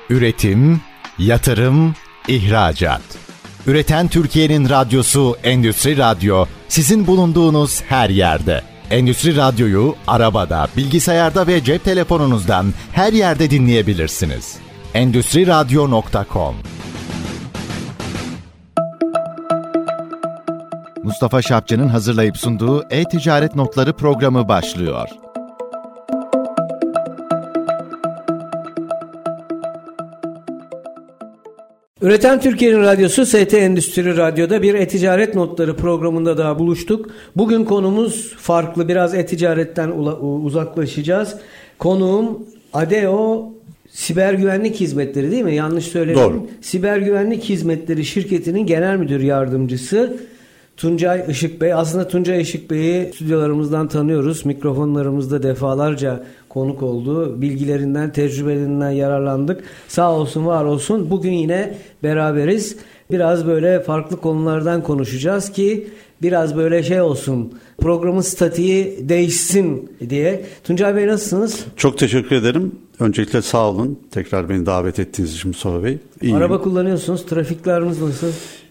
Üretim, yatırım, ihracat. Üreten Türkiye'nin radyosu Endüstri Radyo, sizin bulunduğunuz her yerde. Endüstri Radyo'yu arabada, bilgisayarda ve cep telefonunuzdan her yerde dinleyebilirsiniz. Endüstriradyo.com. Mustafa Şapçı'nın hazırlayıp sunduğu E-Ticaret Notları programı başlıyor. Üreten Türkiye'nin radyosu ST Endüstri Radyo'da bir E-Ticaret Notları programında daha buluştuk. Bugün konumuz farklı, biraz e-ticaretten uzaklaşacağız. Konuğum ADEO Siber Güvenlik Hizmetleri, değil mi? Yanlış söylemedim. Doğru. Siber Güvenlik Hizmetleri şirketinin genel müdür yardımcısı Tuncay Işık Bey. Aslında Tuncay Işık Bey'i stüdyolarımızdan tanıyoruz. Mikrofonlarımızda defalarca konuk oldu. Bilgilerinden, tecrübelerinden yararlandık. Sağ olsun, var olsun. Bugün yine beraberiz. Biraz böyle farklı konulardan konuşacağız ki biraz böyle şey olsun, programın statiği değişsin diye. Tuncay Bey, nasılsınız? Çok teşekkür ederim. Öncelikle sağ olun. Tekrar beni davet ettiğiniz için Mustafa Bey. İyiyim. Araba kullanıyorsunuz. Trafikleriniz nasıl?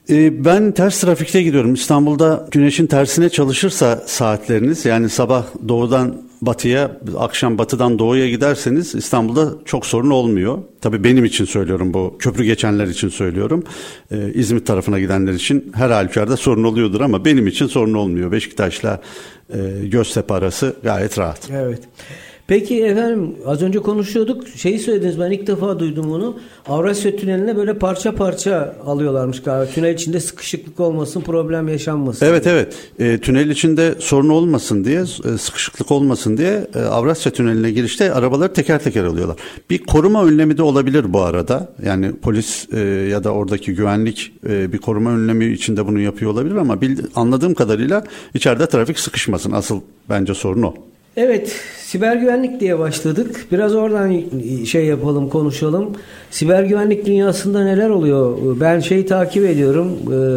Ben ters trafikte gidiyorum. İstanbul'da güneşin tersine çalışırsa saatleriniz, yani sabah doğudan batıya, akşam batıdan doğuya giderseniz İstanbul'da çok sorun olmuyor. Tabii benim için söylüyorum bu. Köprü geçenler için söylüyorum. İzmit tarafına gidenler için her halükarda sorun oluyordur ama benim için sorun olmuyor. Beşiktaş'la Göztepe arası gayet rahat. Evet. Peki efendim, az önce konuşuyorduk. Şeyi söylediniz, ben ilk defa duydum onu. Avrasya Tüneli'ne böyle parça parça alıyorlarmış galiba. Tünel içinde sıkışıklık olmasın, problem yaşanmasın. Evet. Tünel içinde sorun olmasın diye, sıkışıklık olmasın diye Avrasya Tüneli'ne girişte arabaları teker teker alıyorlar. Bir koruma önlemi de olabilir bu arada. Yani polis ya da oradaki güvenlik bir koruma önlemi içinde bunu yapıyor olabilir ama anladığım kadarıyla içeride trafik sıkışmasın. Asıl bence sorun o. Evet, siber güvenlik diye başladık. Biraz oradan şey yapalım, konuşalım. Siber güvenlik dünyasında neler oluyor? Ben takip ediyorum,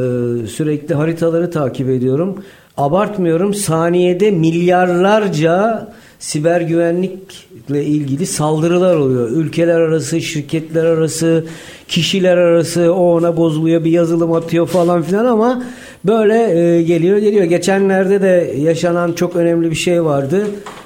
sürekli haritaları takip ediyorum. Abartmıyorum, saniyede milyarlarca siber güvenlikle ilgili saldırılar oluyor. Ülkeler arası, şirketler arası, kişiler arası, o ona bozuluyor, bir yazılım atıyor falan filan ama böyle geliyor. Geçenlerde de yaşanan çok önemli bir şey vardı.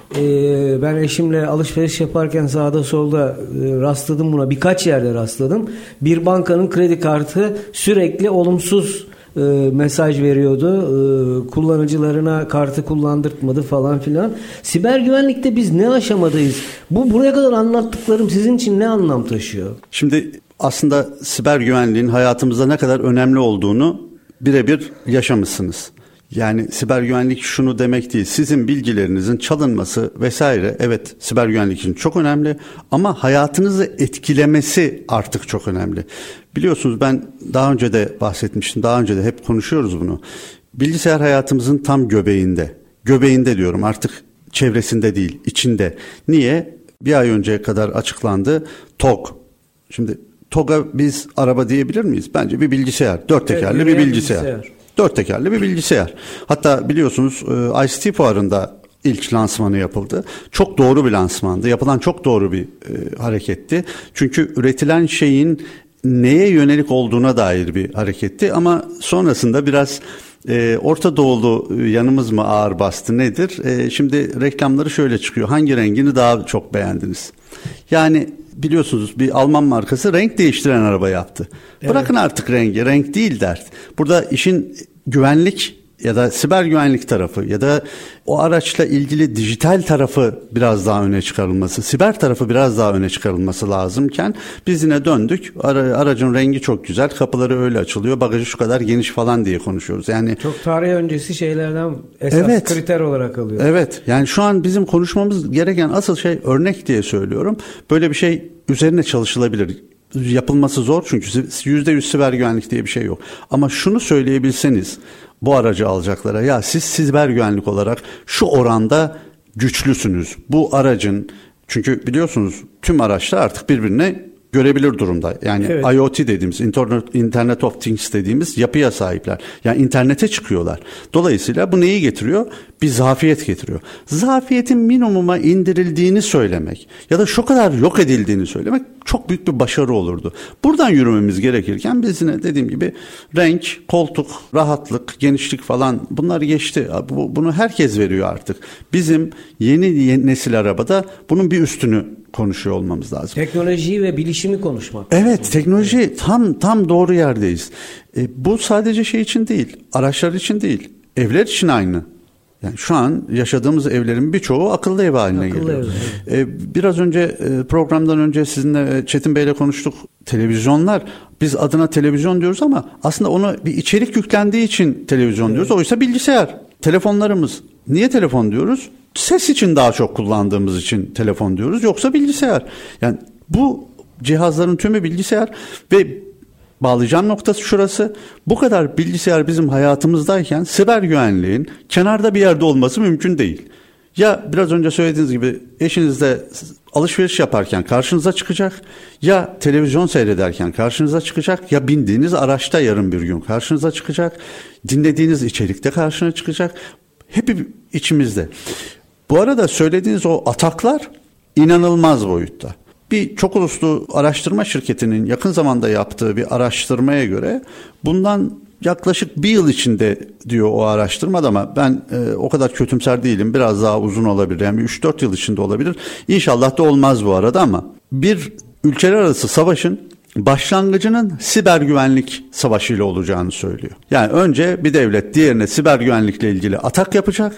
Ben eşimle alışveriş yaparken sağda solda rastladım buna. Birkaç yerde rastladım. Bir bankanın kredi kartı sürekli olumsuz mesaj veriyordu. Kullanıcılarına kartı kullandırtmadı falan filan. Siber güvenlikte biz ne aşamadayız? Buraya kadar anlattıklarım sizin için ne anlam taşıyor? Şimdi aslında siber güvenliğin hayatımızda ne kadar önemli olduğunu birebir yaşamışsınız. Yani siber güvenlik şunu demek değil. Sizin bilgilerinizin çalınması vesaire, evet, siber güvenlik için çok önemli ama hayatınızı etkilemesi artık çok önemli. Biliyorsunuz, ben daha önce de bahsetmiştim. Daha önce de hep konuşuyoruz bunu. Bilgisayar hayatımızın tam göbeğinde. Göbeğinde diyorum, artık çevresinde değil, içinde. Niye? Bir ay önceye kadar açıklandı. TOG. Şimdi TOG'a biz araba diyebilir miyiz? Bence bir bilgisayar. Dört tekerli bir bilgisayar. Dört tekerli bir bilgisayar. Hatta biliyorsunuz ICT fuarında ilk lansmanı yapıldı. Çok doğru bir lansmandı. Yapılan çok doğru bir hareketti. Çünkü üretilen şeyin neye yönelik olduğuna dair bir hareketti. Ama sonrasında biraz Orta Doğulu yanımız mı ağır bastı, nedir? Şimdi reklamları şöyle çıkıyor. Hangi rengini daha çok beğendiniz? Yani biliyorsunuz bir Alman markası renk değiştiren araba yaptı. Evet. Bırakın artık rengi, renk değil dert. Burada işin güvenlik ya da siber güvenlik tarafı ya da o araçla ilgili dijital tarafı biraz daha öne çıkarılması, siber tarafı biraz daha öne çıkarılması lazımken biz yine döndük. Aracın rengi çok güzel, kapıları öyle açılıyor, bagajı şu kadar geniş falan diye konuşuyoruz. Yani çok tarih öncesi şeylerden esas kriter olarak alıyor. Evet. Yani şu an bizim konuşmamız gereken asıl şey, örnek diye söylüyorum. Böyle bir şey üzerine çalışılabilir. Yapılması zor çünkü %100 siber güvenlik diye bir şey yok. Ama şunu söyleyebilseniz bu aracı alacaklara, ya siz siber güvenlik olarak şu oranda güçlüsünüz. Bu aracın, çünkü biliyorsunuz tüm araçlar artık birbirine görebilir durumda. Yani evet. IoT dediğimiz, Internet of Things dediğimiz yapıya sahipler. Yani internete çıkıyorlar. Dolayısıyla bu neyi getiriyor? Bir zafiyet getiriyor. Zafiyetin minimuma indirildiğini söylemek ya da şu kadar yok edildiğini söylemek çok büyük bir başarı olurdu. Buradan yürümemiz gerekirken biz yine dediğim gibi renk, koltuk, rahatlık, genişlik falan bunlar geçti. Bunu herkes veriyor artık. Bizim yeni nesil arabada bunun bir üstünü konuşuyor olmamız lazım. Teknolojiyi ve bilişimi konuşmak. Evet, teknoloji tam doğru yerdeyiz. Bu sadece şey için değil, araçlar için değil, evler için aynı. Yani şu an yaşadığımız evlerin birçoğu akıllı ev haline geliyor. Biraz önce programdan önce sizinle Çetin Bey'le konuştuk. Televizyonlar, biz adına televizyon diyoruz ama aslında ona bir içerik yüklendiği için televizyon diyoruz. Oysa bilgisayar, telefonlarımız. Niye telefon diyoruz? Ses için daha çok kullandığımız için telefon diyoruz. Yoksa bilgisayar. Yani bu cihazların tümü bilgisayar ve bağlayacağım noktası şurası. Bu kadar bilgisayar bizim hayatımızdayken siber güvenliğin kenarda bir yerde olması mümkün değil. Ya biraz önce söylediğiniz gibi eşinizle alışveriş yaparken karşınıza çıkacak, ya televizyon seyrederken karşınıza çıkacak, ya bindiğiniz araçta yarın bir gün karşınıza çıkacak, dinlediğiniz içerikte karşına çıkacak. Hep içimizde. Bu arada söylediğiniz o ataklar inanılmaz boyutta. Bir çok uluslu araştırma şirketinin yakın zamanda yaptığı bir araştırmaya göre bundan yaklaşık bir yıl içinde diyor o araştırmada ama ben o kadar kötümser değilim. Biraz daha uzun olabilir. Yani 3-4 yıl içinde olabilir. İnşallah da olmaz bu arada ama bir ülkeler arası savaşın başlangıcının siber güvenlik savaşıyla olacağını söylüyor. Yani önce bir devlet diğerine siber güvenlikle ilgili atak yapacak.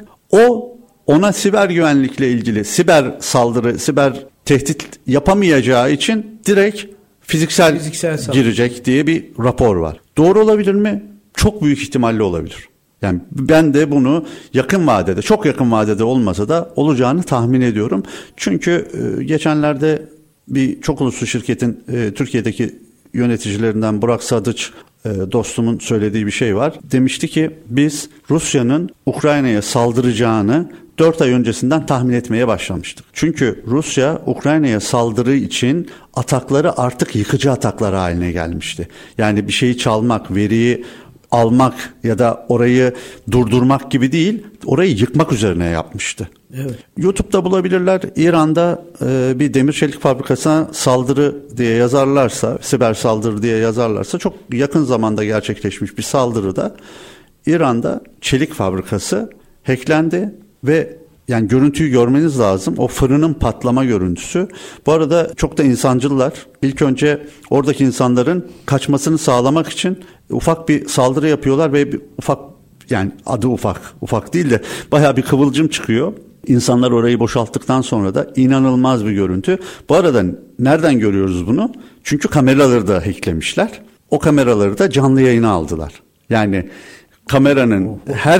Ona siber güvenlikle ilgili siber saldırı, siber tehdit yapamayacağı için direkt fiziksel girecek diye bir rapor var. Doğru olabilir mi? Çok büyük ihtimalle olabilir. Yani ben de bunu yakın vadede, çok yakın vadede olmasa da olacağını tahmin ediyorum. Çünkü geçenlerde bir çok uluslu şirketin Türkiye'deki yöneticilerinden Burak Sadıç dostumun söylediği bir şey var. Demişti ki biz Rusya'nın Ukrayna'ya saldıracağını 4 ay öncesinden tahmin etmeye başlamıştık. Çünkü Rusya Ukrayna'ya saldırı için atakları artık yıkıcı ataklar haline gelmişti. Yani bir şeyi çalmak, veriyi almak ya da orayı durdurmak gibi değil, orayı yıkmak üzerine yapmıştı. Evet. YouTube'da bulabilirler. İran'da bir demir çelik fabrikasına saldırı diye yazarlarsa, siber saldırı diye yazarlarsa çok yakın zamanda gerçekleşmiş bir saldırıda İran'da çelik fabrikası hacklendi ve yani görüntüyü görmeniz lazım. O fırının patlama görüntüsü. Bu arada çok da insancıllar. İlk önce oradaki insanların kaçmasını sağlamak için ufak bir saldırı yapıyorlar ve bir ufak, yani adı ufak değil de bayağı bir kıvılcım çıkıyor. İnsanlar orayı boşalttıktan sonra da inanılmaz bir görüntü. Bu arada nereden görüyoruz bunu? Çünkü kameraları da hacklemişler. O kameraları da canlı yayına aldılar. Yani kameranın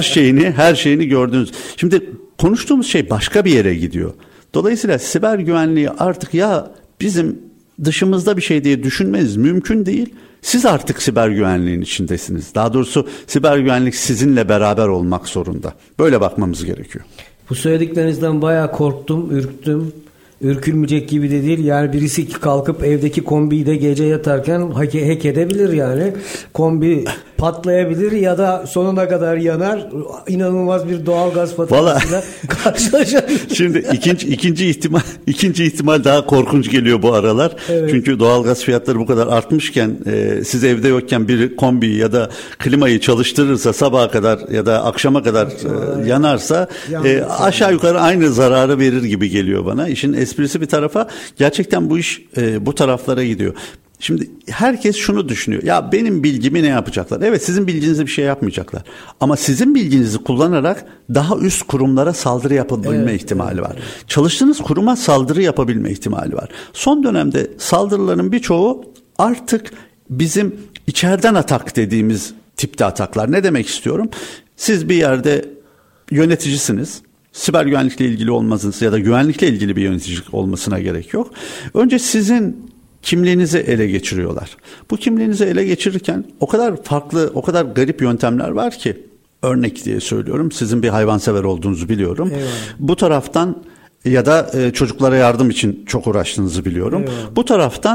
her şeyini gördünüz. Şimdi konuştuğumuz şey başka bir yere gidiyor. Dolayısıyla siber güvenliği artık ya bizim dışımızda bir şey diye düşünmeniz mümkün değil. Siz artık siber güvenliğin içindesiniz. Daha doğrusu siber güvenlik sizinle beraber olmak zorunda. Böyle bakmamız gerekiyor. Bu söylediklerinizden bayağı korktum, ürktüm. Ürkülmeyecek gibi de değil. Yani birisi kalkıp evdeki kombiyi de gece yatarken hack edebilir yani. Kombi patlayabilir ya da sonuna kadar yanar. İnanılmaz bir doğalgaz faturasıyla karşılaşabilir. Şimdi ikinci ihtimal daha korkunç geliyor bu aralar. Evet. Çünkü doğalgaz fiyatları bu kadar artmışken siz evde yokken bir kombiyi ya da klimayı çalıştırırsa sabaha kadar ya da akşama kadar yanarsa aşağı yukarı aynı zararı verir gibi geliyor bana. İşin esprisi bir tarafa, gerçekten bu iş bu taraflara gidiyor. Şimdi herkes şunu düşünüyor. Ya benim bilgimi ne yapacaklar? Evet, sizin bilginizi bir şey yapmayacaklar. Ama sizin bilginizi kullanarak daha üst kurumlara saldırı yapabilme ihtimali var. Çalıştığınız kuruma saldırı yapabilme ihtimali var. Son dönemde saldırıların birçoğu artık bizim içeriden atak dediğimiz tipte ataklar. Ne demek istiyorum? Siz bir yerde yöneticisiniz. Siber güvenlikle ilgili olmasınız ya da güvenlikle ilgili bir yöneticilik olmasına gerek yok. Önce sizin kimliğinizi ele geçiriyorlar. Bu kimliğinizi ele geçirirken o kadar farklı, o kadar garip yöntemler var ki, örnek diye söylüyorum. Sizin bir hayvansever olduğunuzu biliyorum. Eyvallah. Bu taraftan ya da çocuklara yardım için çok uğraştığınızı biliyorum. Eyvallah. Bu taraftan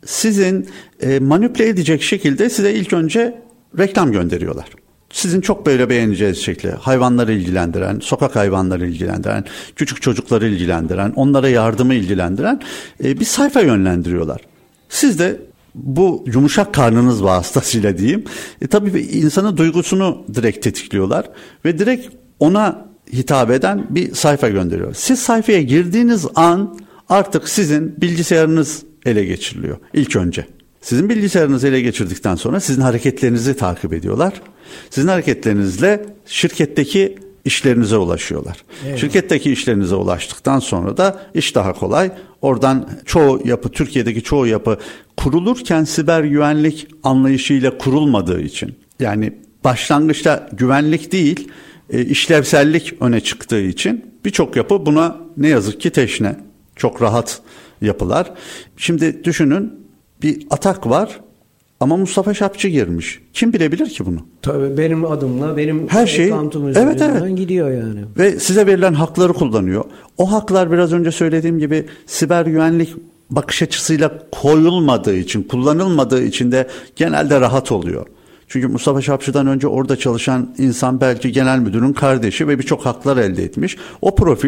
sizin manipüle edecek şekilde size ilk önce reklam gönderiyorlar. Sizin çok böyle beğeneceğiniz şekilde hayvanları ilgilendiren, sokak hayvanları ilgilendiren, küçük çocukları ilgilendiren, onlara yardımı ilgilendiren bir sayfa yönlendiriyorlar. Siz de bu yumuşak karnınız vasıtasıyla diyeyim, tabii insanın duygusunu direkt tetikliyorlar ve direkt ona hitap eden bir sayfa gönderiyor. Siz sayfaya girdiğiniz an artık sizin bilgisayarınız ele geçiriliyor ilk önce. Sizin bilgisayarınızı ele geçirdikten sonra sizin hareketlerinizi takip ediyorlar. Sizin hareketlerinizle şirketteki işlerinize ulaşıyorlar. Evet. Şirketteki işlerinize ulaştıktan sonra da iş daha kolay. Oradan Türkiye'deki çoğu yapı kurulurken siber güvenlik anlayışıyla kurulmadığı için, yani başlangıçta güvenlik değil, işlevsellik öne çıktığı için birçok yapı buna ne yazık ki teşne. Çok rahat yapılar. Şimdi düşünün, bir atak var ama Mustafa Şapçı girmiş. Kim bilebilir ki bunu? Tabii benim adımla, benim her şey evet. gidiyor yani. Ve size verilen hakları kullanıyor. O haklar biraz önce söylediğim gibi siber güvenlik bakış açısıyla koyulmadığı için, kullanılmadığı için de genelde rahat oluyor. Çünkü Mustafa Şapçı'dan önce orada çalışan insan belki genel müdürün kardeşi ve birçok haklar elde etmiş. O profil,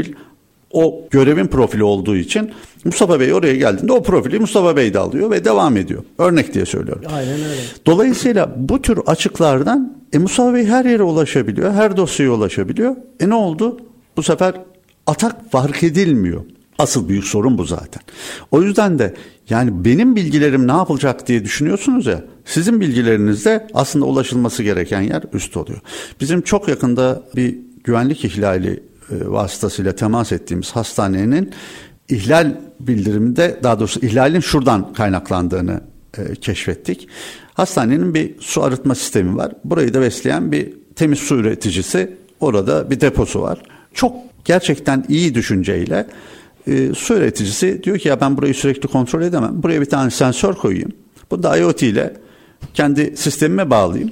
o görevin profili olduğu için Mustafa Bey oraya geldiğinde o profili Mustafa Bey de alıyor ve devam ediyor. Örnek diye söylüyorum. Aynen öyle. Dolayısıyla bu tür açıklardan Mustafa Bey her yere ulaşabiliyor, her dosyaya ulaşabiliyor. Ne oldu? Bu sefer atak fark edilmiyor. Asıl büyük sorun bu zaten. O yüzden de yani benim bilgilerim ne yapılacak diye düşünüyorsunuz ya, sizin bilgilerinizde aslında ulaşılması gereken yer üst oluyor. Bizim çok yakında bir güvenlik ihlali vasıtasıyla temas ettiğimiz hastanenin ihlal bildiriminde, daha doğrusu ihlalin şuradan kaynaklandığını keşfettik. Hastanenin bir su arıtma sistemi var. Burayı da besleyen bir temiz su üreticisi, orada bir deposu var. Çok gerçekten iyi düşünceyle su üreticisi diyor ki ya ben burayı sürekli kontrol edemem. Buraya bir tane sensör koyayım. Bu da IoT ile kendi sistemime bağlayayım.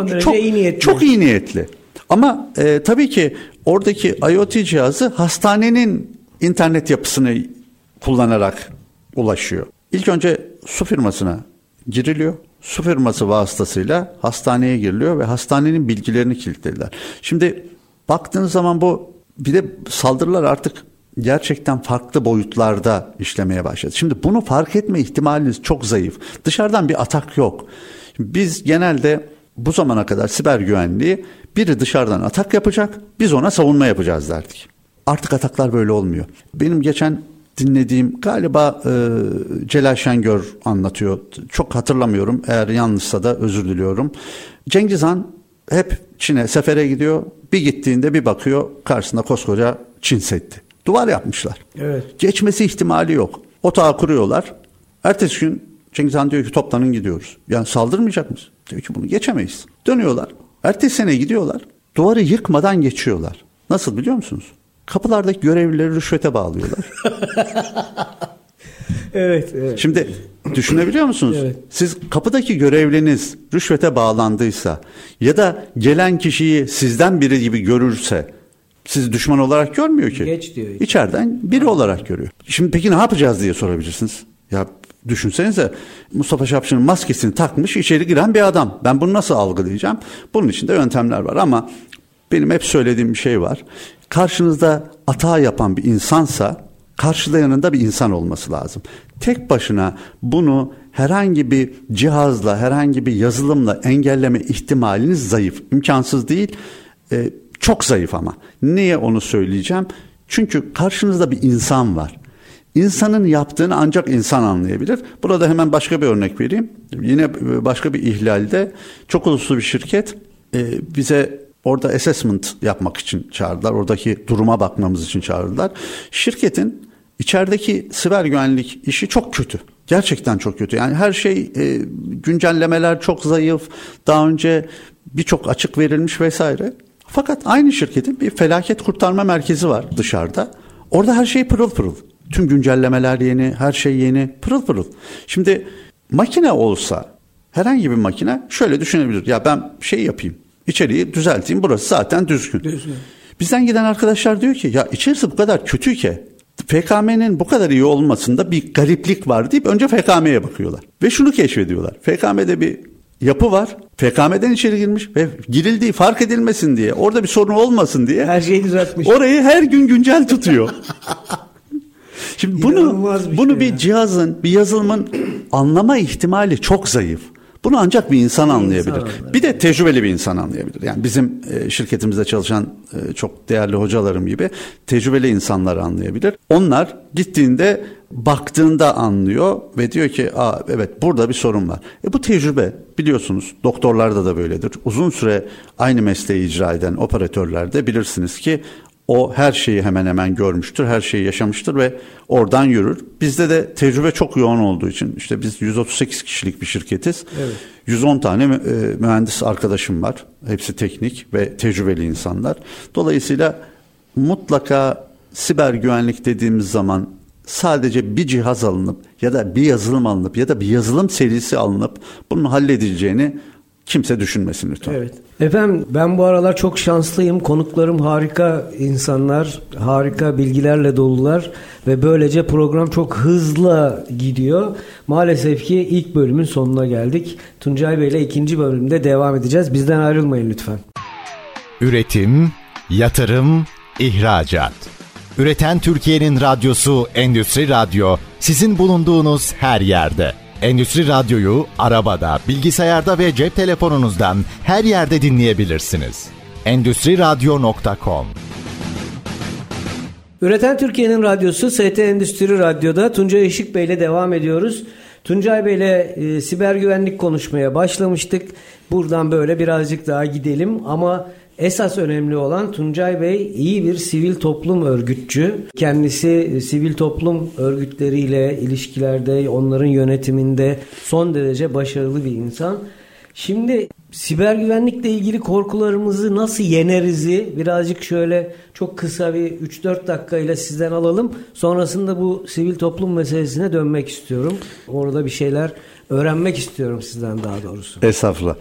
Çok iyi niyetli. Ama tabii ki oradaki IoT cihazı hastanenin internet yapısını kullanarak ulaşıyor. İlk önce su firmasına giriliyor. Su firması vasıtasıyla hastaneye giriliyor ve hastanenin bilgilerini kilitlediler. Şimdi baktığınız zaman bu bir de saldırılar artık gerçekten farklı boyutlarda işlemeye başladı. Şimdi bunu fark etme ihtimaliniz çok zayıf. Dışarıdan bir atak yok. Biz genelde bu zamana kadar siber güvenliği biri dışarıdan atak yapacak, biz ona savunma yapacağız derdik. Artık ataklar böyle olmuyor. Benim geçen dinlediğim galiba Celal Şengör anlatıyor. Çok hatırlamıyorum. Eğer yanlışsa da özür diliyorum. Cengiz Han hep Çin'e sefere gidiyor. Bir gittiğinde bir bakıyor karşısında koskoca Çin Seddi. Duvar yapmışlar. Evet. Geçmesi ihtimali yok. Otağı kuruyorlar. Ertesi gün Cengiz Han diyor ki toplanın gidiyoruz. Yani saldırmayacak mısın? Diyor ki bunu geçemeyiz. Dönüyorlar. Ertesi sene gidiyorlar. Duvarı yıkmadan geçiyorlar. Nasıl biliyor musunuz? Kapılardaki görevlileri rüşvete bağlıyorlar. Evet. Şimdi düşünebiliyor musunuz? Evet. Siz kapıdaki görevliniz rüşvete bağlandıysa ya da gelen kişiyi sizden biri gibi görürse sizi düşman olarak görmüyor ki. Geç diyor. İçeriden biri olarak görüyor. Şimdi peki ne yapacağız diye sorabilirsiniz. Ya düşünsenize Mustafa Şapçı'nın maskesini takmış içeri giren bir adam. Ben bunu nasıl algılayacağım? Bunun için de yöntemler var ama benim hep söylediğim bir şey var. Karşınızda hata yapan bir insansa karşılayanında bir insan olması lazım. Tek başına bunu herhangi bir cihazla, herhangi bir yazılımla engelleme ihtimaliniz zayıf. İmkansız değil, çok zayıf ama. Niye onu söyleyeceğim? Çünkü karşınızda bir insan var. İnsanın yaptığını ancak insan anlayabilir. Burada hemen başka bir örnek vereyim. Yine başka bir ihlalde çok uluslu bir şirket bize orada assessment yapmak için çağırdılar. Oradaki duruma bakmamız için çağırdılar. Şirketin içerideki siber güvenlik işi çok kötü. Gerçekten çok kötü. Yani her şey güncellemeler çok zayıf. Daha önce birçok açık verilmiş vesaire. Fakat aynı şirketin bir felaket kurtarma merkezi var dışarıda. Orada her şey pırıl pırıl. Tüm güncellemeler yeni, her şey yeni, pırıl pırıl. Şimdi makine olsa, herhangi bir makine şöyle düşünebilir. Ya ben şey yapayım, içeriği düzelteyim, burası zaten düzgün. Bizden giden arkadaşlar diyor ki ya içerisi bu kadar kötü ki FKM'nin bu kadar iyi olmasında bir gariplik var deyip önce FKM'ye bakıyorlar. Ve şunu keşfediyorlar. FKM'de bir yapı var. FKM'den içeri girmiş ve girildiği fark edilmesin diye, orada bir sorun olmasın diye her şeyi düzeltmiş. Orayı her gün güncel tutuyor. Şimdi bunu bir cihazın, bir yazılımın anlama ihtimali çok zayıf. Bunu ancak bir insan anlayabilir. Bir de tecrübeli bir insan anlayabilir. Yani bizim şirketimizde çalışan çok değerli hocalarım gibi tecrübeli insanlar anlayabilir. Onlar gittiğinde, baktığında anlıyor ve diyor ki evet burada bir sorun var. Bu tecrübe, biliyorsunuz doktorlarda da böyledir. Uzun süre aynı mesleği icra eden operatörler de bilirsiniz ki o her şeyi hemen hemen görmüştür, her şeyi yaşamıştır ve oradan yürür. Bizde de tecrübe çok yoğun olduğu için, işte biz 138 kişilik bir şirketiz. Evet. 110 tane mühendis arkadaşım var. Hepsi teknik ve tecrübeli insanlar. Dolayısıyla mutlaka siber güvenlik dediğimiz zaman sadece bir cihaz alınıp ya da bir yazılım alınıp ya da bir yazılım serisi alınıp bunun halledileceğini kimse düşünmesin lütfen. Evet. Efendim, ben bu aralar çok şanslıyım. Konuklarım harika insanlar, harika bilgilerle dolular ve böylece program çok hızlı gidiyor. Maalesef ki ilk bölümün sonuna geldik. Tuncay Bey ile ikinci bölümde devam edeceğiz. Bizden ayrılmayın lütfen. Üretim, yatırım, ihracat. Üreten Türkiye'nin radyosu Endüstri Radyo, sizin bulunduğunuz her yerde. Endüstri Radyo'yu arabada, bilgisayarda ve cep telefonunuzdan her yerde dinleyebilirsiniz. Endüstriradyo.com. Üreten Türkiye'nin radyosu ST Endüstri Radyo'da Tuncay Işık Bey ile devam ediyoruz. Tuncay Bey ile siber güvenlik konuşmaya başlamıştık. Buradan böyle birazcık daha gidelim ama esas önemli olan, Tuncay Bey iyi bir sivil toplum örgütçü. Kendisi sivil toplum örgütleriyle ilişkilerde, onların yönetiminde son derece başarılı bir insan. Şimdi siber güvenlikle ilgili korkularımızı nasıl yenerizi birazcık şöyle çok kısa bir 3-4 dakikayla sizden alalım. Sonrasında bu sivil toplum meselesine dönmek istiyorum. Orada bir şeyler öğrenmek istiyorum sizden, daha doğrusu. Estağfurullah.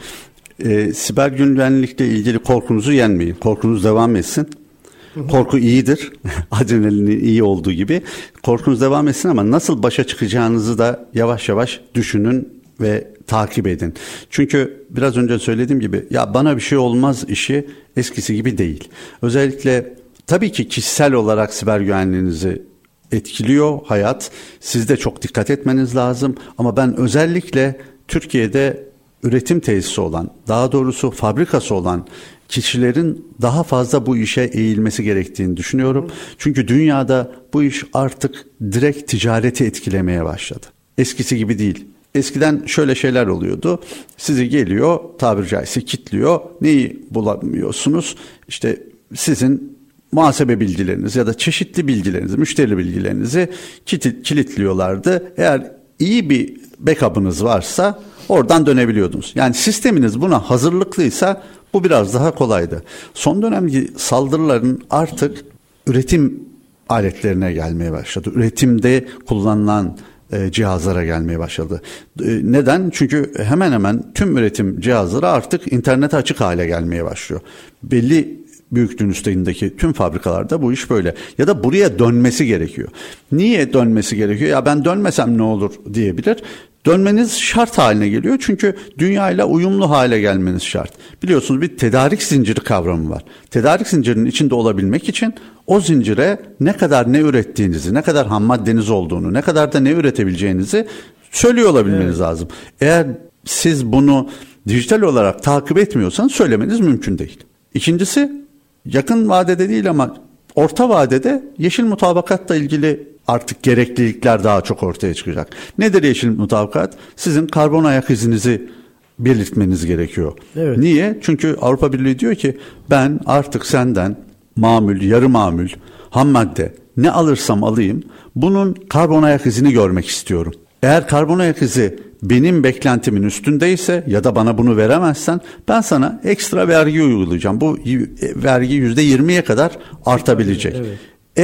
Siber güvenlikle ilgili korkunuzu yenmeyin. Korkunuz devam etsin. Korku iyidir. Adrenalinin iyi olduğu gibi. Korkunuz devam etsin ama nasıl başa çıkacağınızı da yavaş yavaş düşünün ve takip edin. Çünkü biraz önce söylediğim gibi, ya bana bir şey olmaz işi eskisi gibi değil. Özellikle tabii ki kişisel olarak siber güvenliğinizi etkiliyor hayat. Siz de çok dikkat etmeniz lazım. Ama ben özellikle Türkiye'de üretim tesisi olan, daha doğrusu fabrikası olan kişilerin daha fazla bu işe eğilmesi gerektiğini düşünüyorum. Çünkü dünyada bu iş artık direkt ticareti etkilemeye başladı. Eskisi gibi değil. Eskiden şöyle şeyler oluyordu. Sizi geliyor, tabiri caizse kilitliyor. Neyi bulamıyorsunuz? İşte sizin muhasebe bilgileriniz ya da çeşitli bilgilerinizi, müşteri bilgilerinizi kilitliyorlardı. Eğer iyi bir backup'ınız varsa oradan dönebiliyordunuz. Yani sisteminiz buna hazırlıklıysa bu biraz daha kolaydı. Son dönemki saldırıların artık üretim aletlerine gelmeye başladı. Üretimde kullanılan cihazlara gelmeye başladı. Neden? Çünkü hemen hemen tüm üretim cihazları artık internete açık hale gelmeye başlıyor. Belli büyüklüğün üstündeki tüm fabrikalarda bu iş böyle. Ya da buraya dönmesi gerekiyor. Niye dönmesi gerekiyor? Ya ben dönmesem ne olur diyebilir. Dönmeniz şart haline geliyor. Çünkü dünyayla uyumlu hale gelmeniz şart. Biliyorsunuz bir tedarik zinciri kavramı var. Tedarik zincirinin içinde olabilmek için o zincire ne kadar ne ürettiğinizi, ne kadar ham maddeniz olduğunu, ne kadar da ne üretebileceğinizi söylüyor olabilmeniz lazım. Eğer siz bunu dijital olarak takip etmiyorsanız söylemeniz mümkün değil. İkincisi, yakın vadede değil ama orta vadede yeşil mutabakatla ilgili artık gereklilikler daha çok ortaya çıkacak. Nedir yeşil mutabakat? Sizin karbon ayak izinizi belirtmeniz gerekiyor. Evet. Niye? Çünkü Avrupa Birliği diyor ki ben artık senden mamul, yarı mamul, ham madde ne alırsam alayım bunun karbon ayak izini görmek istiyorum. Eğer karbon ayak izi benim beklentimin üstündeyse ya da bana bunu veremezsen ben sana ekstra vergi uygulayacağım. Bu vergi %20'ye kadar artabilecek. Evet.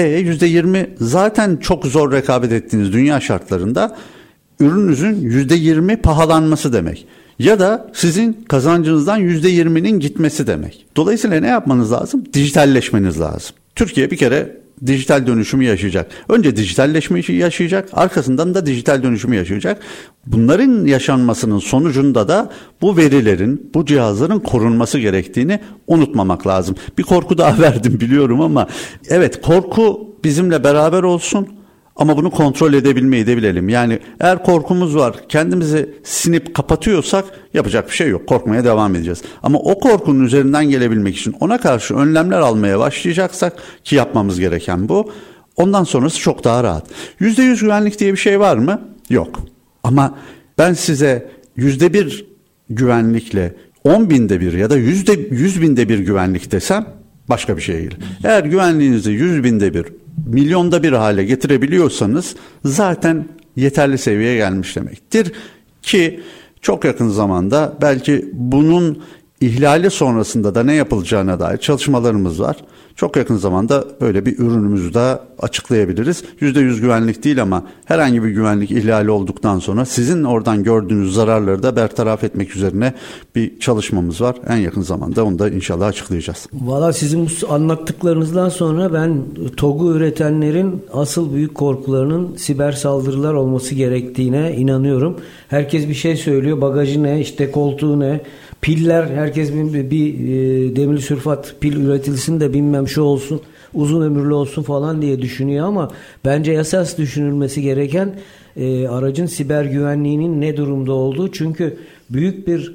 %20 zaten çok zor rekabet ettiğiniz dünya şartlarında ürününüzün %20 pahalanması demek. Ya da sizin kazancınızdan %20'nin gitmesi demek. Dolayısıyla ne yapmanız lazım? Dijitalleşmeniz lazım. Türkiye bir kere dijital dönüşümü yaşayacak. Önce dijitalleşmeyi yaşayacak, arkasından da dijital dönüşümü yaşayacak. Bunların yaşanmasının sonucunda da bu verilerin, bu cihazların korunması gerektiğini unutmamak lazım. Bir korku daha verdim biliyorum ama evet, korku bizimle beraber olsun. Ama bunu kontrol edebilmeyi de bilelim. Yani eğer korkumuz var, kendimizi sinip kapatıyorsak yapacak bir şey yok. Korkmaya devam edeceğiz. Ama o korkunun üzerinden gelebilmek için ona karşı önlemler almaya başlayacaksak, ki yapmamız gereken bu, ondan sonrası çok daha rahat. %100 güvenlik diye bir şey var mı? Yok. Ama ben size %1 güvenlikle 10.000'de bir ya da %100.000'de bir güvenlik desem başka bir şey gelir. Eğer güvenliğinizi 100.000'de bir, milyonda bir hale getirebiliyorsanız zaten yeterli seviyeye gelmiş demektir. Ki çok yakın zamanda belki bunun ihlali sonrasında da ne yapılacağına dair çalışmalarımız var. Çok yakın zamanda böyle bir ürünümüzü de açıklayabiliriz. %100 güvenlik değil ama herhangi bir güvenlik ihlali olduktan sonra sizin oradan gördüğünüz zararları da bertaraf etmek üzerine bir çalışmamız var. En yakın zamanda onu da inşallah açıklayacağız. Valla sizin bu anlattıklarınızdan sonra ben TOG'u üretenlerin asıl büyük korkularının siber saldırılar olması gerektiğine inanıyorum. Herkes bir şey söylüyor. Bagajı ne, işte koltuğu ne, piller, herkes bir demir sülfat pil üretilsin de bilmem şu olsun, uzun ömürlü olsun falan diye düşünüyor ama bence esas düşünülmesi gereken aracın siber güvenliğinin ne durumda olduğu. Çünkü büyük bir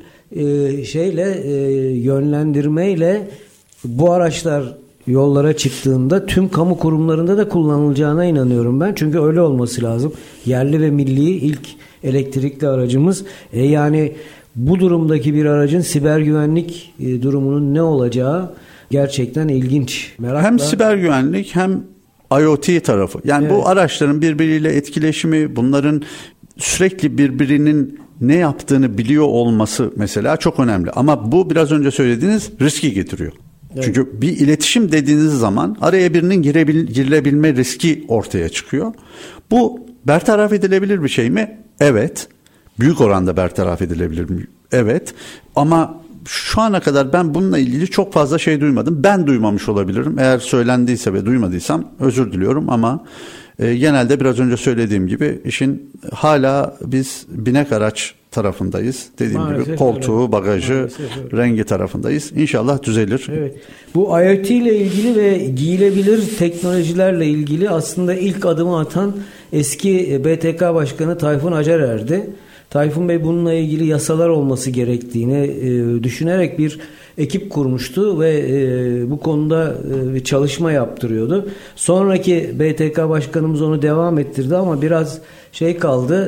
yönlendirmeyle bu araçlar yollara çıktığında tüm kamu kurumlarında da kullanılacağına inanıyorum ben. Çünkü öyle olması lazım. Yerli ve milli ilk elektrikli aracımız. Yani bu durumdaki bir aracın siber güvenlik durumunun ne olacağı gerçekten ilginç. Merakla. Hem siber güvenlik hem IoT tarafı. Yani evet, bu araçların birbiriyle etkileşimi, bunların sürekli birbirinin ne yaptığını biliyor olması mesela çok önemli. Ama bu biraz önce söylediğiniz riski getiriyor. Evet. Çünkü bir iletişim dediğiniz zaman araya birinin girilebilme riski ortaya çıkıyor. Bu bertaraf edilebilir bir şey mi? Evet. Büyük oranda bertaraf edilebilir mi? Evet. Ama şu ana kadar ben bununla ilgili çok fazla şey duymadım. Ben duymamış olabilirim. Eğer söylendiyse ve duymadıysam özür diliyorum ama genelde biraz önce söylediğim gibi işin hala biz binek araç tarafındayız. Dediğim maalesef gibi koltuğu, öyle, bagajı, rengi tarafındayız. İnşallah düzelir. Evet. Bu IoT ile ilgili ve giyilebilir teknolojilerle ilgili aslında ilk adımı atan eski BTK Başkanı Tayfun Acarer'di. Tayfun Bey bununla ilgili yasalar olması gerektiğini düşünerek bir ekip kurmuştu ve bu konuda bir çalışma yaptırıyordu. Sonraki BTK Başkanımız onu devam ettirdi ama biraz kaldı,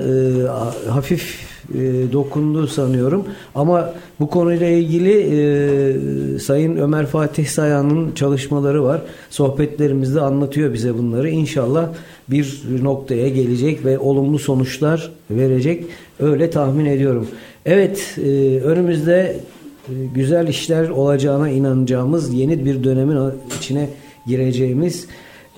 hafif dokundu sanıyorum. Ama bu konuyla ilgili Sayın Ömer Fatih Sayan'ın çalışmaları var. Sohbetlerimizde anlatıyor bize bunları. İnşallah bir noktaya gelecek ve olumlu sonuçlar verecek. Öyle tahmin ediyorum. Evet, önümüzde güzel işler olacağına inanacağımız, yeni bir dönemin içine gireceğimiz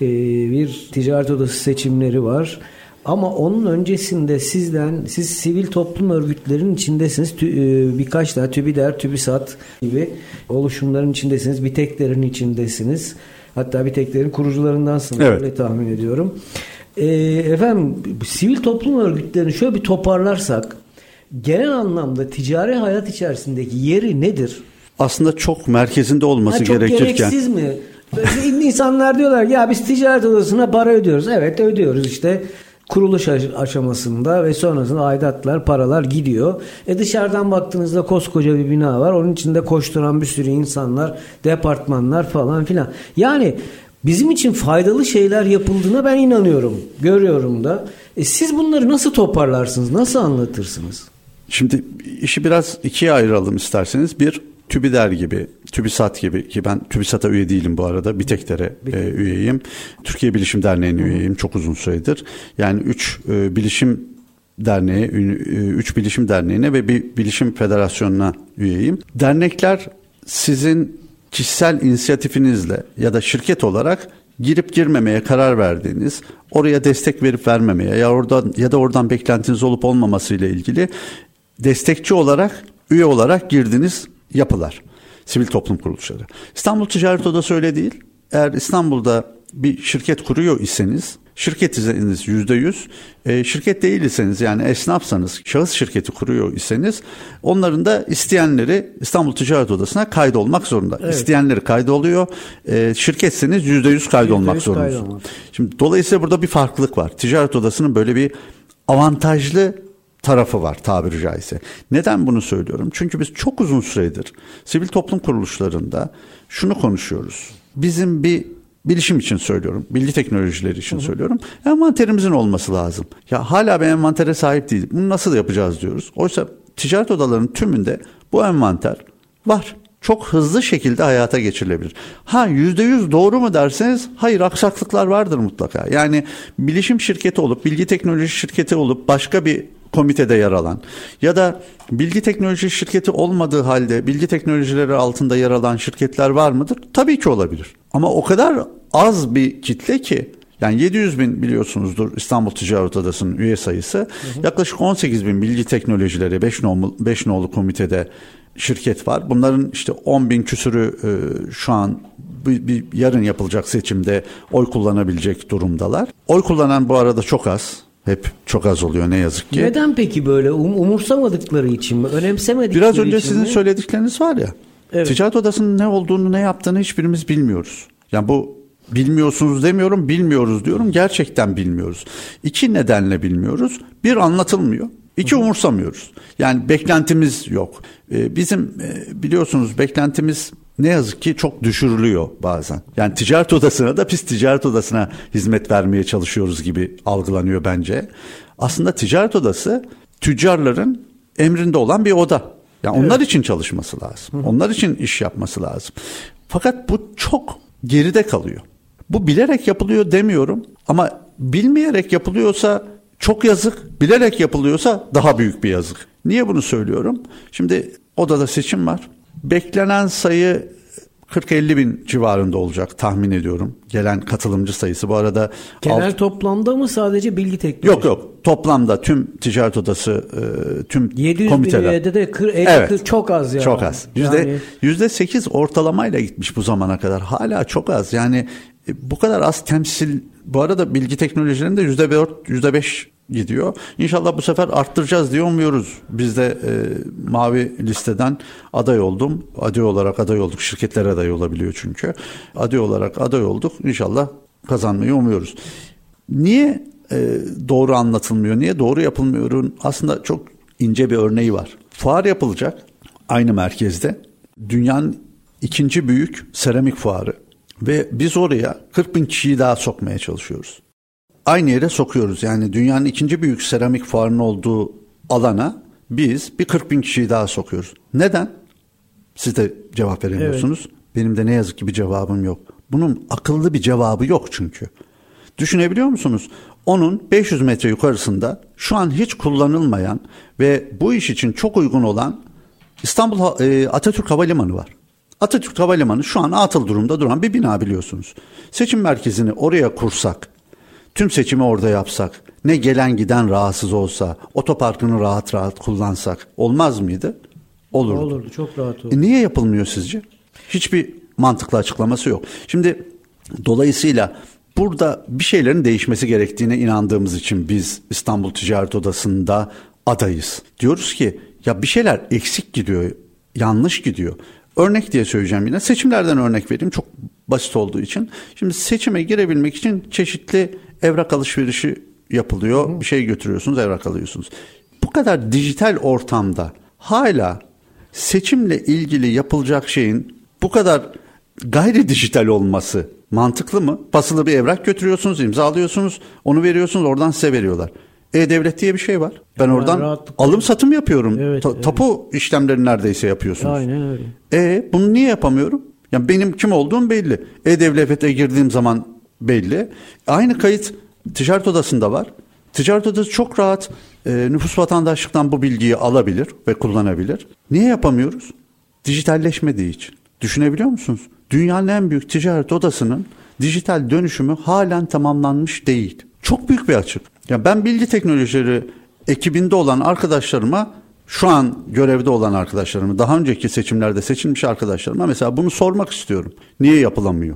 bir ticaret odası seçimleri var. Ama onun öncesinde siz sivil toplum örgütlerinin içindesiniz. Birkaç tane TÜBİDER, TÜBİSAT gibi oluşumların içindesiniz. BİTEK'lerin içindesiniz. Hatta BİTEK'lerin kurucularındansınız. Evet. Öyle tahmin ediyorum. Efendim, sivil toplum örgütlerini şöyle bir toparlarsak genel anlamda ticari hayat içerisindeki yeri nedir? Aslında çok merkezinde olması çok gerekirken. Çok gereksiz mi? İnsanlar diyorlar ya biz ticaret odasına para ödüyoruz. Evet, ödüyoruz işte. Kuruluş aşamasında ve sonrasında aidatlar, paralar gidiyor. Dışarıdan baktığınızda koskoca bir bina var. Onun içinde koşturan bir sürü insanlar, departmanlar falan filan. Yani bizim için faydalı şeyler yapıldığına ben inanıyorum. Görüyorum da. Siz bunları nasıl toparlarsınız? Nasıl anlatırsınız? Şimdi işi biraz ikiye ayıralım isterseniz. Bir, TÜBİDER gibi, TÜBİSAT gibi, ki ben TÜBİSAT'a üye değilim bu arada. BİTEK'lere üyeyim. Türkiye Bilişim Derneği'ne üyeyim çok uzun süredir. Yani 3 bilişim derneği, 3 bilişim derneğine ve bir bilişim federasyonuna üyeyim. Dernekler sizin kişisel inisiyatifinizle ya da şirket olarak girip girmemeye karar verdiğiniz, oraya destek verip vermemeye ya da oradan beklentiniz olup olmaması ile ilgili destekçi olarak, üye olarak girdiğiniz yapılar. Sivil toplum kuruluşları. İstanbul Ticaret Odası öyle değil. Eğer İstanbul'da bir şirket kuruyor iseniz, şirketiniz %100, şirket değil iseniz yani esnafsanız, şahıs şirketi kuruyor iseniz onların da isteyenleri İstanbul Ticaret Odası'na kaydolmak zorunda. Evet. İsteyenleri kaydoluyor. Şirketseniz %100 kaydolmak zorundasınız. Şimdi dolayısıyla burada bir farklılık var. Ticaret Odası'nın böyle bir avantajlı tarafı var tabiri caizse. Neden bunu söylüyorum? Çünkü biz çok uzun süredir sivil toplum kuruluşlarında şunu konuşuyoruz. Bizim bir bilişim için söylüyorum, bilgi teknolojileri için söylüyorum. Envanterimizin olması lazım. Ya hala bir envantere sahip değiliz. Bunu nasıl yapacağız diyoruz. Oysa ticaret odalarının tümünde bu envanter var. Çok hızlı şekilde hayata geçirilebilir. %100 doğru mu derseniz hayır, aksaklıklar vardır mutlaka. Yani bilişim şirketi olup, bilgi teknoloji şirketi olup başka bir komitede yer alan ya da bilgi teknoloji şirketi olmadığı halde bilgi teknolojileri altında yer alan şirketler var mıdır? Tabii ki olabilir. Ama o kadar az bir kitle ki, yani 700 bin biliyorsunuzdur İstanbul Ticaret Odası'nın üye sayısı. Yaklaşık 18 bin bilgi teknolojileri 5 nolu komitede şirket var. Bunların işte 10 bin küsürü şu an bir yarın yapılacak seçimde oy kullanabilecek durumdalar. Oy kullanan bu arada çok az. Hep çok az oluyor ne yazık ki. Neden peki böyle? Umursamadıkları için mi? Önemsemedikleri Biraz önce için sizin mi? söyledikleriniz var ya. Evet. Ticaret Odası'nın ne olduğunu, ne yaptığını hiçbirimiz bilmiyoruz. Yani bu bilmiyorsunuz demiyorum, bilmiyoruz diyorum. Gerçekten bilmiyoruz. 2 nedenle bilmiyoruz. 1, anlatılmıyor. 2, umursamıyoruz. Yani beklentimiz yok. Bizim biliyorsunuz beklentimiz ne yazık ki çok düşürülüyor bazen. Yani ticaret odasına da biz ticaret odasına hizmet vermeye çalışıyoruz gibi algılanıyor bence. Aslında ticaret odası tüccarların emrinde olan bir oda. Yani onlar için çalışması lazım. Onlar için iş yapması lazım. Fakat bu çok geride kalıyor. Bu bilerek yapılıyor demiyorum ama bilmeyerek yapılıyorsa çok yazık, bilerek yapılıyorsa daha büyük bir yazık. Niye bunu söylüyorum? Şimdi odada seçim var. Beklenen sayı 40-50 bin civarında olacak tahmin ediyorum. Gelen katılımcı sayısı bu arada. Genel toplamda mı sadece bilgi teknolojisi? Yok. Toplamda tüm ticaret odası, tüm 700 komiteler. 700 bin üyede de 50 evet, çok az yani. Çok az. %8 ortalamayla gitmiş bu zamana kadar. Hala çok az. Yani bu kadar az temsil. Bu arada bilgi teknolojilerinde %4, %5 gidiyor. İnşallah bu sefer arttıracağız diye umuyoruz. Biz de mavi listeden aday oldum. Aday olarak aday olduk. Şirketler aday olabiliyor çünkü. Aday olarak aday olduk. İnşallah kazanmayı umuyoruz. Niye doğru anlatılmıyor? Niye doğru yapılmıyor? Aslında çok ince bir örneği var. Fuar yapılacak aynı merkezde. Dünyanın 2. büyük seramik fuarı. Ve biz oraya 40 bin kişiyi daha sokmaya çalışıyoruz. Aynı yere sokuyoruz. Yani dünyanın 2. büyük seramik fuarının olduğu alana biz bir 40 bin kişiyi daha sokuyoruz. Neden? Siz de cevap veremiyorsunuz. Evet. Benim de ne yazık ki bir cevabım yok. Bunun akıllı bir cevabı yok çünkü. Düşünebiliyor musunuz? Onun 500 metre yukarısında şu an hiç kullanılmayan ve bu iş için çok uygun olan İstanbul Atatürk Havalimanı var. Atatürk Havalimanı şu an atıl durumda duran bir bina biliyorsunuz. Seçim merkezini oraya kursak, tüm seçimi orada yapsak, ne gelen giden rahatsız olsa, otoparkını rahat rahat kullansak olmaz mıydı? Olurdu. Olurdu, çok rahat olurdu. Niye yapılmıyor sizce? Hiçbir mantıklı açıklaması yok. Şimdi dolayısıyla burada bir şeylerin değişmesi gerektiğine inandığımız için biz İstanbul Ticaret Odası'nda adayız. Diyoruz ki ya bir şeyler eksik gidiyor, yanlış gidiyor. Örnek diye söyleyeceğim yine. Seçimlerden örnek vereyim çok basit olduğu için. Şimdi seçime girebilmek için çeşitli evrak alışverişi yapılıyor. Bir şey götürüyorsunuz, evrak alıyorsunuz. Bu kadar dijital ortamda hala seçimle ilgili yapılacak şeyin bu kadar gayri dijital olması mantıklı mı? Basılı bir evrak götürüyorsunuz, imzalıyorsunuz, onu veriyorsunuz, oradan size veriyorlar. E-Devlet diye bir şey var. Ben oradan alım satım yapıyorum. Evet, tapu işlemleri neredeyse yapıyorsunuz. Aynen öyle. Bunu niye yapamıyorum? Yani benim kim olduğum belli. E-Devlet'e girdiğim zaman belli. Aynı kayıt ticaret odasında var. Ticaret odası çok rahat nüfus vatandaşlıktan bu bilgiyi alabilir ve kullanabilir. Niye yapamıyoruz? Dijitalleşmediği için. Düşünebiliyor musunuz? Dünyanın en büyük ticaret odasının dijital dönüşümü halen tamamlanmış değil. Çok büyük bir açık. Ya ben bilgi teknolojileri ekibinde olan arkadaşlarıma, şu an görevde olan arkadaşlarıma, daha önceki seçimlerde seçilmiş arkadaşlarıma mesela bunu sormak istiyorum. Niye yapılamıyor?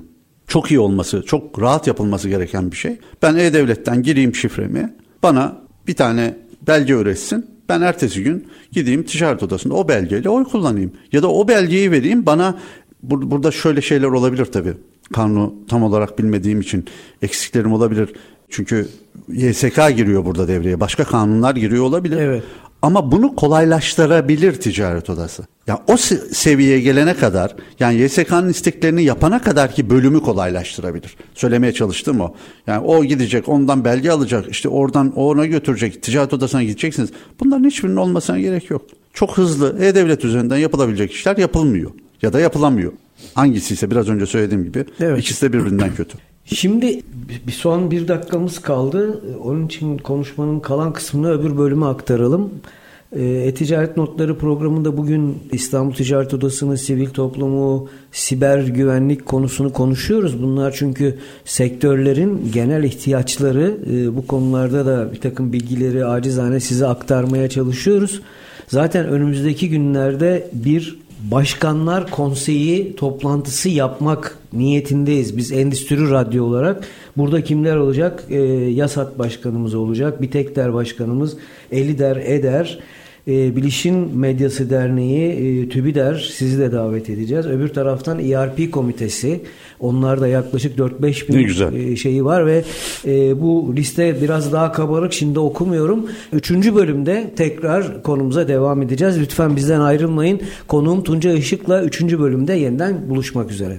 çok iyi olması, çok rahat yapılması gereken bir şey. Ben E-Devlet'ten gireyim şifremi, bana bir tane belge üretsin. Ben ertesi gün gideyim ticaret odasında o belgeyle oy kullanayım. Ya da o belgeyi vereyim bana. Burada şöyle şeyler olabilir tabii. Kanunu tam olarak bilmediğim için eksiklerim olabilir. Çünkü YSK giriyor burada devreye. Başka kanunlar giriyor olabilir. Evet. Ama bunu kolaylaştırabilir ticaret odası. Yani o seviyeye gelene kadar, yani YSK'nın isteklerini yapana kadar ki bölümü kolaylaştırabilir. Söylemeye çalıştım o. Yani o gidecek, ondan belge alacak, işte oradan ona götürecek, ticaret odasına gideceksiniz. Bunların hiçbirinin olmasına gerek yok. Çok hızlı E-Devlet üzerinden yapılabilecek işler yapılmıyor ya da yapılamıyor. Hangisi ise biraz önce söylediğim gibi ikisi de birbirinden kötü. Şimdi son 1 dakikamız kaldı. Onun için konuşmanın kalan kısmını öbür bölüme aktaralım. E-Ticaret Notları programında bugün İstanbul Ticaret Odası'nın sivil toplumu, siber güvenlik konusunu konuşuyoruz. Bunlar çünkü sektörlerin genel ihtiyaçları. Bu konularda da bir takım bilgileri acizane size aktarmaya çalışıyoruz. Zaten önümüzdeki günlerde bir Başkanlar Konseyi toplantısı yapmak niyetindeyiz. Biz Endüstri Radyo olarak burada kimler olacak? YASAT Başkanımız olacak. Bitekder Başkanımız, Elider Eder, Bilişim Medyası Derneği, TÜBİDER, sizi de davet edeceğiz. Öbür taraftan ERP Komitesi, onlar da yaklaşık 4-5 bin şeyi var ve bu liste biraz daha kabarık, şimdi okumuyorum. 3. bölümde tekrar konumuza devam edeceğiz. Lütfen bizden ayrılmayın. Konuğum Tuncay Işık'la 3. bölümde yeniden buluşmak üzere.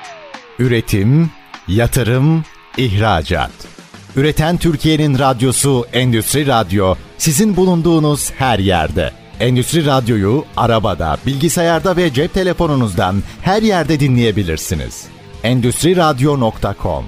Üretim, yatırım, ihracat. Üreten Türkiye'nin radyosu Endüstri Radyo, sizin bulunduğunuz her yerde. Endüstri Radyo'yu arabada, bilgisayarda ve cep telefonunuzdan her yerde dinleyebilirsiniz. Endüstriradyo.com.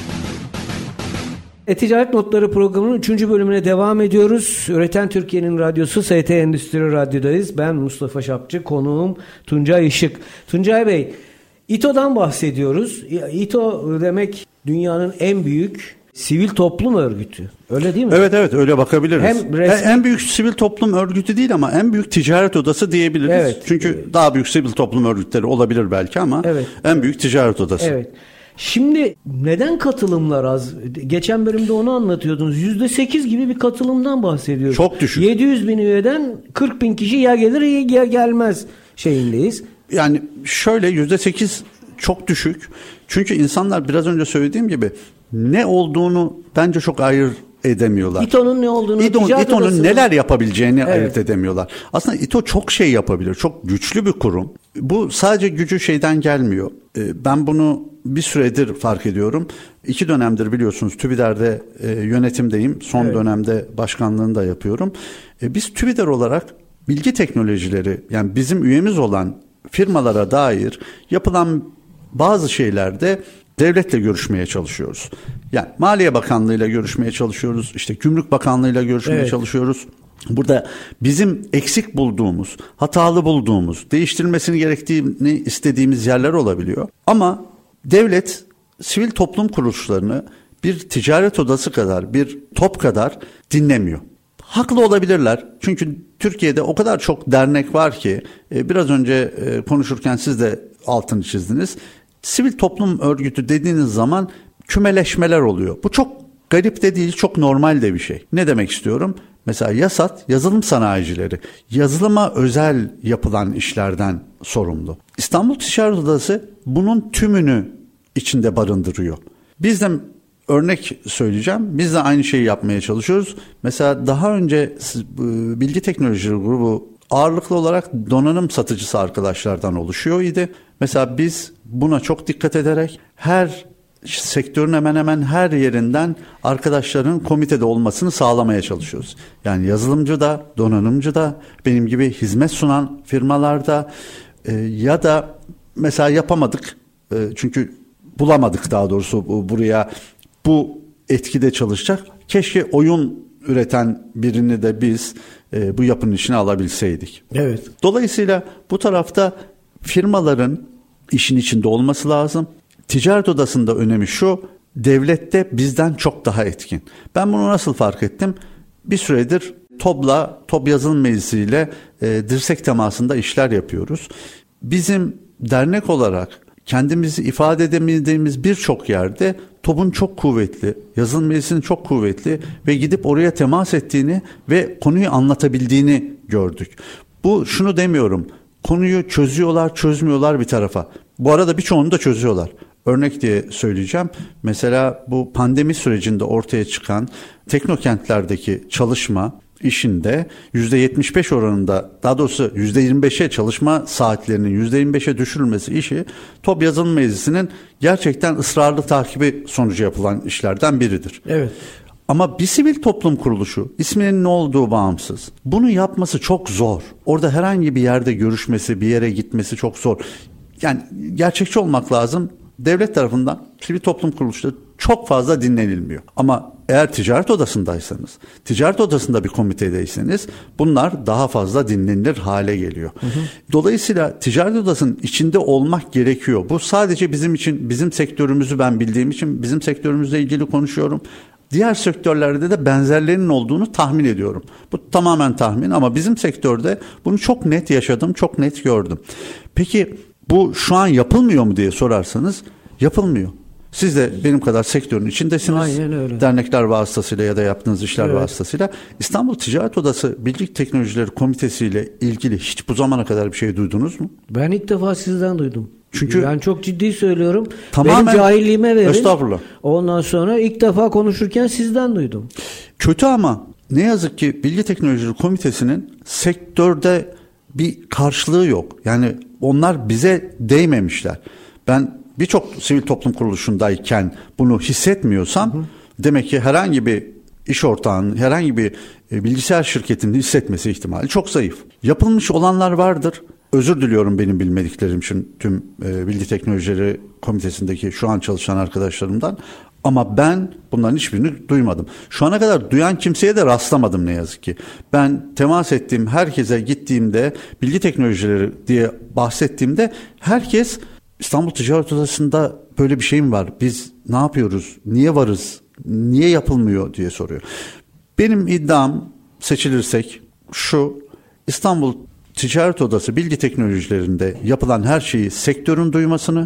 E-Ticaret Notları programının 3. bölümüne devam ediyoruz. Üreten Türkiye'nin radyosu ST Endüstri Radyo'dayız. Ben Mustafa Şapçı, konuğum Tuncay Işık. Tuncay Bey, İTO'dan bahsediyoruz. İTO demek dünyanın en büyük sivil toplum örgütü. Öyle değil mi? Evet öyle bakabiliriz. En büyük sivil toplum örgütü değil ama en büyük ticaret odası diyebiliriz. Evet. Çünkü daha büyük sivil toplum örgütleri olabilir belki ama en büyük ticaret odası. Evet. Şimdi neden katılımlar az? Geçen bölümde onu anlatıyordunuz. %8 gibi bir katılımdan bahsediyoruz. Çok düşük. 700 bin üyeden 40 bin kişi ya gelir ya gelmez şeyindeyiz. Yani şöyle %8 çok düşük. Çünkü insanlar biraz önce söylediğim gibi ne olduğunu bence çok ayırt edemiyorlar. İTO'nun ne olduğunu, İTO'nun neler yapabileceğini ayırt edemiyorlar. Aslında İTO çok şey yapabilir. Çok güçlü bir kurum. Bu sadece gücü şeyden gelmiyor. Ben bunu bir süredir fark ediyorum. 2 dönemdir biliyorsunuz TÜBİDER'de yönetimdeyim. Son dönemde başkanlığını da yapıyorum. Biz TÜBİDER olarak bilgi teknolojileri, yani bizim üyemiz olan firmalara dair yapılan bazı şeylerde devletle görüşmeye çalışıyoruz. Yani Maliye Bakanlığı'yla görüşmeye çalışıyoruz. İşte Gümrük Bakanlığı'yla görüşmeye çalışıyoruz. Burada bizim eksik bulduğumuz, hatalı bulduğumuz, değiştirilmesini gerektiğini istediğimiz yerler olabiliyor. Ama devlet sivil toplum kuruluşlarını bir ticaret odası kadar, bir top kadar dinlemiyor. Haklı olabilirler. Çünkü Türkiye'de o kadar çok dernek var ki biraz önce konuşurken siz de altını çizdiniz. Sivil toplum örgütü dediğiniz zaman kümeleşmeler oluyor. Bu çok garip de değil, çok normal de bir şey. Ne demek istiyorum? Mesela YASAT, yazılım sanayicileri, yazılıma özel yapılan işlerden sorumlu. İstanbul Ticaret Odası bunun tümünü içinde barındırıyor. Biz de örnek söyleyeceğim. Biz de aynı şeyi yapmaya çalışıyoruz. Mesela daha önce Bilgi Teknolojileri Grubu ağırlıklı olarak donanım satıcısı arkadaşlardan oluşuyor idi. Mesela biz buna çok dikkat ederek her sektörün hemen hemen her yerinden arkadaşların komitede olmasını sağlamaya çalışıyoruz. Yani yazılımcı da, donanımcı da, benim gibi hizmet sunan firmalarda ya da mesela yapamadık çünkü bulamadık daha doğrusu buraya bu etkide çalışacak. Keşke oyun üreten birini de biz bu yapının içine alabilseydik. Evet. Dolayısıyla bu tarafta firmaların işin içinde olması lazım. Ticaret odasında önemi şu, devlette bizden çok daha etkin. Ben bunu nasıl fark ettim? Bir süredir TOB Yazılım Meclisi ile dirsek temasında işler yapıyoruz. Bizim dernek olarak kendimizi ifade edemediğimiz birçok yerde TOB'un çok kuvvetli, yazılım mühendisliğinin çok kuvvetli ve gidip oraya temas ettiğini ve konuyu anlatabildiğini gördük. Bu şunu demiyorum, konuyu çözüyorlar, çözmüyorlar bir tarafa. Bu arada birçoğunu da çözüyorlar. Örnek diye söyleyeceğim. Mesela bu pandemi sürecinde ortaya çıkan teknokentlerdeki çalışma işinde %75 oranında, daha doğrusu %25'e çalışma saatlerinin %25'e düşürülmesi işi TOB Yazılım Meclisi'nin gerçekten ısrarlı takibi sonucu yapılan işlerden biridir. Evet. Ama bir sivil toplum kuruluşu, isminin ne olduğu bağımsız. Bunu yapması çok zor. Orada herhangi bir yerde görüşmesi, bir yere gitmesi çok zor. Yani gerçekçi olmak lazım. Devlet tarafından sivil toplum kuruluşları çok fazla dinlenilmiyor. Ama eğer ticaret odasındaysanız, ticaret odasında bir komitedeyseniz bunlar daha fazla dinlenilir hale geliyor. Dolayısıyla ticaret odasının içinde olmak gerekiyor. Bu sadece bizim için, bizim sektörümüzü ben bildiğim için bizim sektörümüzle ilgili konuşuyorum. Diğer sektörlerde de benzerlerinin olduğunu tahmin ediyorum. Bu tamamen tahmin ama bizim sektörde bunu çok net yaşadım, çok net gördüm. Peki bu şu an yapılmıyor mu diye sorarsanız yapılmıyor. Siz de benim kadar sektörün içindesiniz. Aynen öyle. Dernekler vasıtasıyla ya da yaptığınız işler vasıtasıyla. İstanbul Ticaret Odası Bilgi Teknolojileri Komitesi ile ilgili hiç bu zamana kadar bir şey duydunuz mu? Ben ilk defa sizden duydum. Çünkü ben çok ciddi söylüyorum. Tamamen, benim cahilliğime verin. Estağfurullah. Ondan sonra ilk defa konuşurken sizden duydum. Kötü ama ne yazık ki Bilgi Teknolojileri Komitesi'nin sektörde bir karşılığı yok. Yani onlar bize değmemişler. Ben birçok sivil toplum kuruluşundayken bunu hissetmiyorsam demek ki herhangi bir iş ortağının, herhangi bir bilgisayar şirketinin hissetmesi ihtimali çok zayıf. Yapılmış olanlar vardır. Özür diliyorum benim bilmediklerim için tüm Bilgi Teknolojileri Komitesi'ndeki şu an çalışan arkadaşlarımdan. Ama ben bunların hiçbirini duymadım. Şu ana kadar duyan kimseye de rastlamadım ne yazık ki. Ben temas ettiğim herkese gittiğimde, bilgi teknolojileri diye bahsettiğimde herkes İstanbul Ticaret Odası'nda böyle bir şey mi var? Biz ne yapıyoruz? Niye varız? Niye yapılmıyor diye soruyor. Benim iddiam seçilirsek şu: İstanbul Ticaret Odası bilgi teknolojilerinde yapılan her şeyi sektörün duymasını,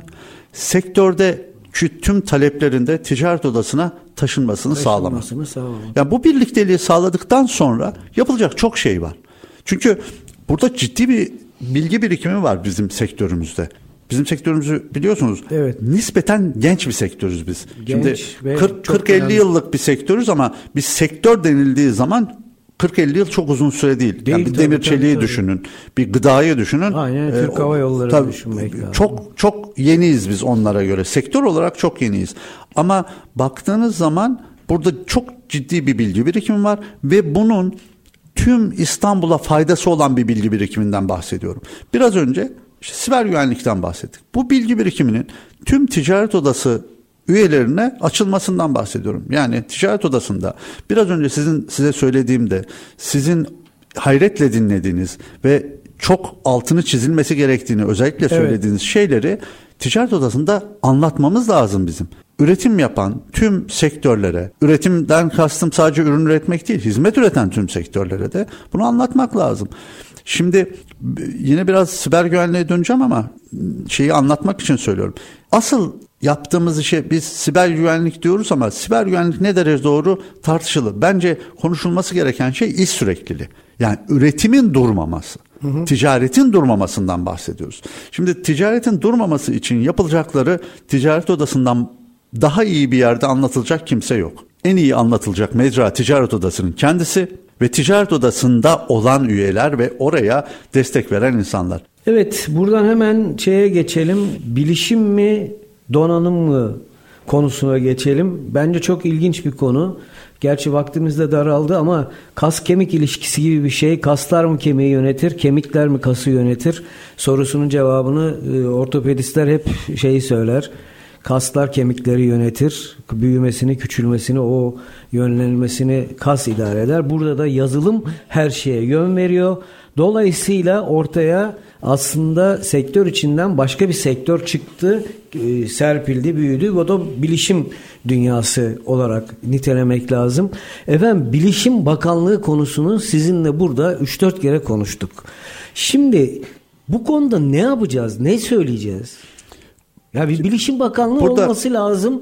sektörde tüm taleplerinde ticaret odasına taşınmasını sağlamak. Yani bu birlikteliği sağladıktan sonra yapılacak çok şey var. Çünkü burada ciddi bir bilgi birikimi var bizim sektörümüzde. Bizim sektörümüzü biliyorsunuz. Evet. Nispeten genç bir sektörüz biz. Genç. Şimdi 40-50 yıllık bir sektörüz ama bir sektör denildiği zaman 40-50 yıl çok uzun süre değil. Yani bir demir çeliği düşünün. Bir gıdayı düşünün. Aynen, Türk Hava Yolları'nı düşünmek lazım. Çok yeniyiz biz onlara göre. Sektör olarak çok yeniyiz. Ama baktığınız zaman burada çok ciddi bir bilgi birikimi var ve bunun tüm İstanbul'a faydası olan bir bilgi birikiminden bahsediyorum. Biraz önce siber güvenlikten bahsettik. Bu bilgi birikiminin tüm ticaret odası üyelerine açılmasından bahsediyorum. Yani ticaret odasında biraz önce size söylediğimde sizin hayretle dinlediğiniz ve çok altını çizilmesi gerektiğini özellikle söylediğiniz şeyleri ticaret odasında anlatmamız lazım bizim. Üretim yapan tüm sektörlere, üretimden kastım sadece ürün üretmek değil, hizmet üreten tüm sektörlere de bunu anlatmak lazım. Şimdi yine biraz siber güvenliğe döneceğim ama şeyi anlatmak için söylüyorum. Asıl yaptığımız işe biz siber güvenlik diyoruz ama siber güvenlik ne derece doğru tartışılır. Bence konuşulması gereken şey iş sürekliliği. Yani üretimin durmaması, ticaretin durmamasından bahsediyoruz. Şimdi ticaretin durmaması için yapılacakları ticaret odasından daha iyi bir yerde anlatılacak kimse yok. En iyi anlatılacak mecra ticaret odasının kendisi ve ticaret odasında olan üyeler ve oraya destek veren insanlar. Evet, buradan hemen geçelim. Bilişim mi, donanım mı konusuna geçelim. Bence çok ilginç bir konu. Gerçi vaktimiz de daraldı ama kas kemik ilişkisi gibi bir şey. Kaslar mı kemiği yönetir, kemikler mi kası yönetir sorusunun cevabını ortopedistler hep söyler. Kaslar kemikleri yönetir. Büyümesini, küçülmesini, o yönlenilmesini kas idare eder. Burada da yazılım her şeye yön veriyor. Dolayısıyla ortaya aslında sektör içinden başka bir sektör çıktı, serpildi, büyüdü. O da bilişim dünyası olarak nitelemek lazım. Efendim, Bilişim Bakanlığı konusunu sizinle burada 3-4 kere konuştuk. Şimdi bu konuda ne yapacağız, ne söyleyeceğiz? Ya bir Bilişim Bakanlığı olması lazım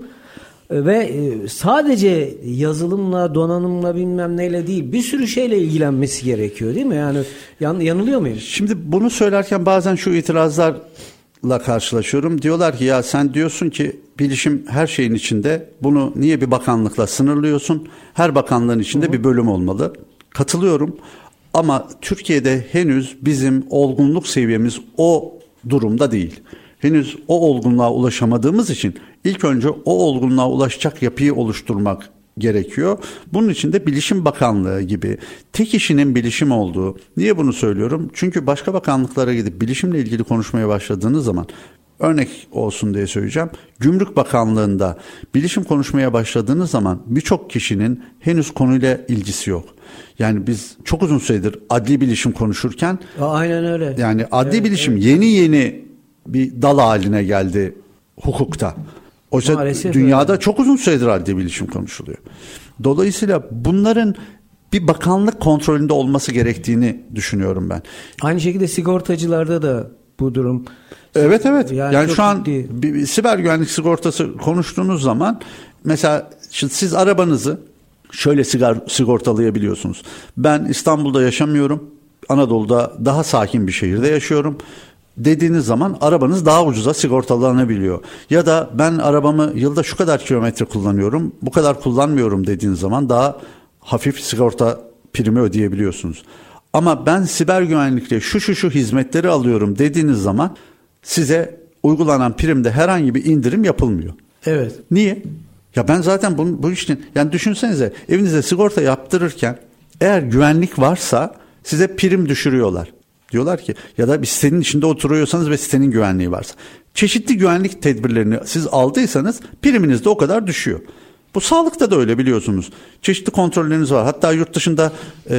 ve sadece yazılımla, donanımla bilmem neyle değil, bir sürü şeyle ilgilenmesi gerekiyor değil mi? Yani yanılıyor muyum? Şimdi bunu söylerken bazen şu itirazlarla karşılaşıyorum. Diyorlar ki ya sen diyorsun ki bilişim her şeyin içinde, bunu niye bir bakanlıkla sınırlıyorsun? Her bakanlığın içinde bir bölüm olmalı. Katılıyorum ama Türkiye'de henüz bizim olgunluk seviyemiz o durumda değil. Henüz o olgunluğa ulaşamadığımız için ilk önce o olgunluğa ulaşacak yapıyı oluşturmak gerekiyor. Bunun için de Bilişim Bakanlığı gibi tek işinin bilişim olduğu. Niye bunu söylüyorum? Çünkü başka bakanlıklara gidip bilişimle ilgili konuşmaya başladığınız zaman, örnek olsun diye söyleyeceğim, Gümrük Bakanlığı'nda bilişim konuşmaya başladığınız zaman birçok kişinin henüz konuyla ilgisi yok. Yani biz çok uzun süredir adli bilişim konuşurken, aynen öyle. Yani adli bilişim yeni bir dal haline geldi hukukta. Oysa maalesef dünyada öyle. çok uzun süredir adli bilişim konuşuluyor. Dolayısıyla bunların bir bakanlık kontrolünde olması gerektiğini düşünüyorum ben. Aynı şekilde sigortacılarda da bu durum. Evet. Yani şu an ciddi. siber güvenlik sigortası konuştuğunuz zaman mesela siz arabanızı şöyle sigortalayabiliyorsunuz. Ben İstanbul'da yaşamıyorum. Anadolu'da daha sakin bir şehirde yaşıyorum dediğiniz zaman arabanız daha ucuza sigortalanabiliyor. Ya da ben arabamı yılda şu kadar kilometre kullanıyorum, bu kadar kullanmıyorum dediğiniz zaman daha hafif sigorta primi ödeyebiliyorsunuz. Ama ben siber güvenlikle şu hizmetleri alıyorum dediğiniz zaman size uygulanan primde herhangi bir indirim yapılmıyor. Evet. Niye? Ya ben zaten bu işin, yani düşünsenize, evinizde sigorta yaptırırken eğer güvenlik varsa size prim düşürüyorlar. Diyorlar ki, ya da bir sitenin içinde oturuyorsanız ve sitenin güvenliği varsa, çeşitli güvenlik tedbirlerini siz aldıysanız priminiz de o kadar düşüyor. Bu sağlıkta da öyle, biliyorsunuz. Çeşitli kontrolleriniz var. Hatta yurt dışında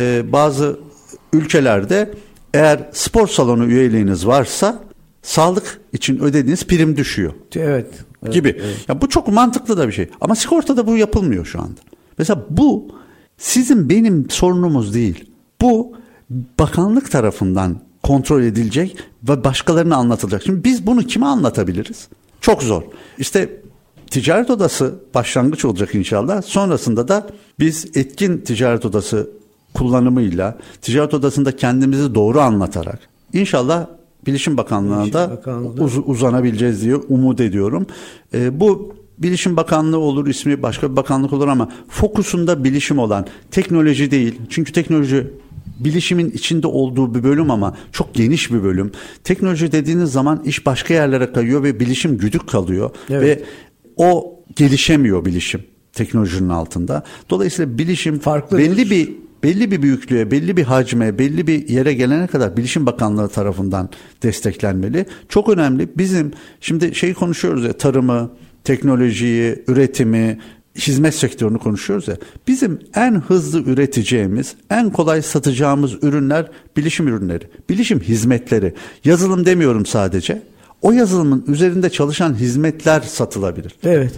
bazı ülkelerde eğer spor salonu üyeliğiniz varsa sağlık için ödediğiniz prim düşüyor. Evet. Gibi. Evet. Ya bu çok mantıklı da bir şey. Ama sigortada bu yapılmıyor şu anda. Mesela bu sizin benim sorunumuz değil. Bu bakanlık tarafından kontrol edilecek ve başkalarına anlatılacak. Şimdi biz bunu kime anlatabiliriz? Çok zor. İşte ticaret odası başlangıç olacak inşallah. Sonrasında da biz etkin ticaret odası kullanımıyla, ticaret odasında kendimizi doğru anlatarak inşallah Bilişim Bakanlığı'na da uzanabileceğiz diye umut ediyorum. Bu Bilişim Bakanlığı olur, ismi başka bir bakanlık olur ama fokusunda bilişim olan, teknoloji değil. Çünkü teknoloji bilişimin içinde olduğu bir bölüm ama çok geniş bir bölüm. Teknoloji dediğiniz zaman iş başka yerlere kayıyor ve bilişim güdük kalıyor. Evet. Ve o gelişemiyor bilişim teknolojinin altında. Dolayısıyla bilişim farklı belli bir büyüklüğe, belli bir hacme, belli bir yere gelene kadar Bilişim Bakanlığı tarafından desteklenmeli. Çok önemli. Bizim şimdi konuşuyoruz ya, tarımı, teknolojiyi, üretimi, hizmet sektörünü konuşuyoruz ya. Bizim en hızlı üreteceğimiz, en kolay satacağımız ürünler bilişim ürünleri, bilişim hizmetleri. Yazılım demiyorum sadece. O yazılımın üzerinde çalışan hizmetler satılabilir. Evet.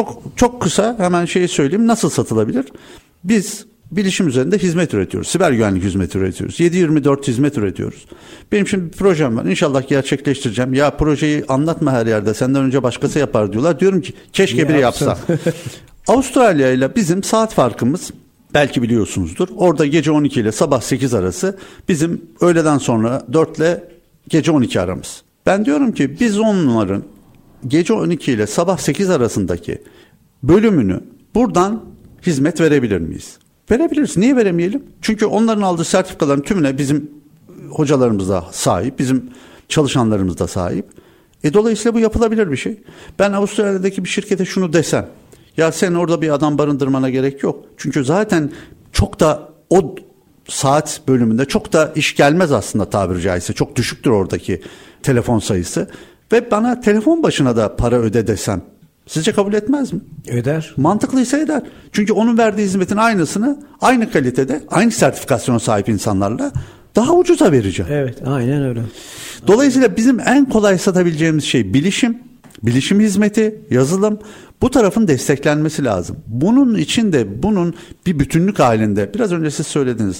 Çok kısa hemen söyleyeyim, nasıl satılabilir? Biz bilişim üzerinde hizmet üretiyoruz. Siber güvenlik hizmeti üretiyoruz. 7/24 hizmet üretiyoruz. Benim şimdi bir projem var. İnşallah gerçekleştireceğim. Ya projeyi anlatma her yerde. Senden önce başkası yapar diyorlar. Diyorum ki keşke biri yapsa. Avustralya ile bizim saat farkımız, belki biliyorsunuzdur. Orada gece 12 ile sabah 8 arası. Bizim öğleden sonra 4 ile gece 12 aramız. Ben diyorum ki biz onların gece 12 ile sabah 8 arasındaki bölümünü buradan hizmet verebilir miyiz? Verebiliriz. Niye veremeyelim? Çünkü onların aldığı sertifikaların tümüne bizim hocalarımız da sahip, bizim çalışanlarımız da sahip. Dolayısıyla bu yapılabilir bir şey. Ben Avustralya'daki bir şirkete şunu desem, ya sen orada bir adam barındırmana gerek yok. Çünkü zaten çok da o saat bölümünde çok da iş gelmez aslında, tabiri caizse. Çok düşüktür oradaki telefon sayısı. Ve bana telefon başına da para öde desem, sizce kabul etmez mi? Eder. Mantıklıysa eder. Çünkü onun verdiği hizmetin aynısını aynı kalitede, aynı sertifikasyona sahip insanlarla daha ucuza vereceğim. Evet, aynen öyle. Dolayısıyla bizim en kolay satabileceğimiz şey bilişim hizmeti, yazılım. Bu tarafın desteklenmesi lazım. Bunun için de bunun bir bütünlük halinde, biraz önce siz söylediniz,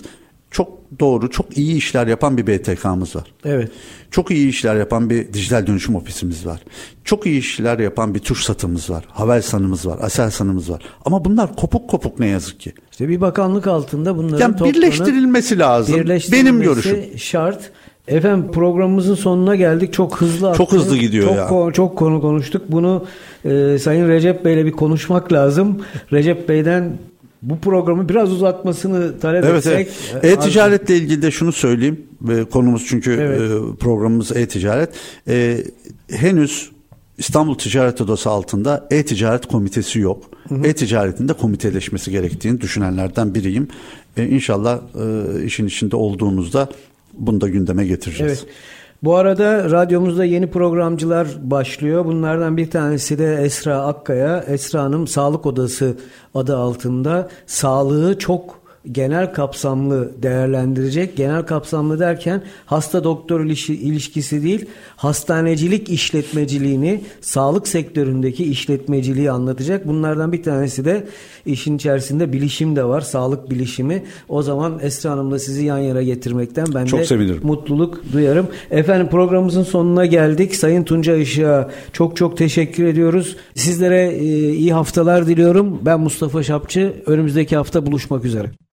çok doğru, çok iyi işler yapan bir BTK'mız var. Evet. Çok iyi işler yapan bir dijital dönüşüm ofisimiz var. Çok iyi işler yapan bir TÜRKSAT'ımız var. Havelsan'ımız var. Aselsan'ımız var. Ama bunlar kopuk kopuk ne yazık ki. İşte bir bakanlık altında bunların Yani birleştirilmesi lazım. Benim görüşüm. Şart. Efendim programımızın sonuna geldik. Çok hızlı Çok hızlı gidiyor çok konu konuştuk. Bunu Sayın Recep Bey'le bir konuşmak lazım. Recep Bey'den bu programı biraz uzatmasını talep etsek. Evet. E-ticaretle ilgili de şunu söyleyeyim. Konumuz çünkü programımız e-ticaret. Henüz İstanbul Ticaret Odası altında e-ticaret komitesi yok. E-ticaretin de komiteleşmesi gerektiğini düşünenlerden biriyim. İnşallah işin içinde olduğumuzda bunu da gündeme getireceğiz. Evet. Bu arada radyomuzda yeni programcılar başlıyor. Bunlardan bir tanesi de Esra Akkaya. Esra Hanım Sağlık Odası adı altında sağlığı çok genel kapsamlı değerlendirecek. Genel kapsamlı derken hasta doktor ilişkisi değil, hastanecilik işletmeciliğini, sağlık sektöründeki işletmeciliği anlatacak. Bunlardan bir tanesi de işin içerisinde bilişim de var, sağlık bilişimi. O zaman Esra Hanım'la sizi yan yana getirmekten ben çok de sevinirim. Mutluluk duyarım. Efendim programımızın sonuna geldik. Sayın Tunca Işık'a çok teşekkür ediyoruz. Sizlere iyi haftalar diliyorum. Ben Mustafa Şapçı. Önümüzdeki hafta buluşmak üzere.